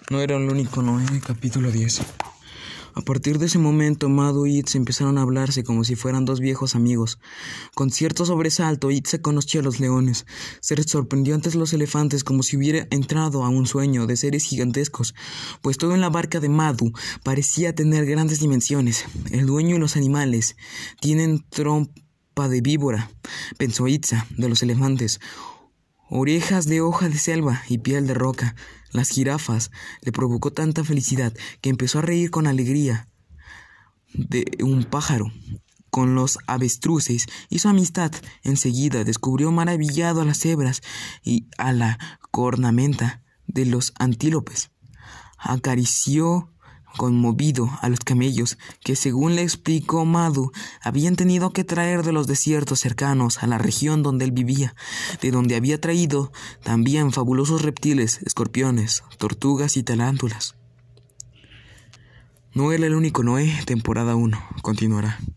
No era el único Noé, capítulo 10. A partir de ese momento, Madu y It empezaron a hablarse como si fueran dos viejos amigos. Con cierto sobresalto, It se conoció a los leones. Se sorprendió ante los elefantes como si hubiera entrado a un sueño de seres gigantescos, pues todo en la barca de Madu parecía tener grandes dimensiones. El dueño y los animales tienen trompa de víbora, pensó Itza, de los elefantes, orejas de hoja de selva y piel de roca. Las jirafas le provocó tanta felicidad que empezó a reír con alegría de un pájaro. Con los avestruces hizo amistad. Enseguida descubrió maravillado a las cebras y a la cornamenta de los antílopes. Acarició conmovido a los camellos que, según le explicó Madu, habían tenido que traer de los desiertos cercanos a la región donde él vivía, de donde había traído también fabulosos reptiles, escorpiones, tortugas y tarántulas. No era el único Noé, temporada 1, continuará.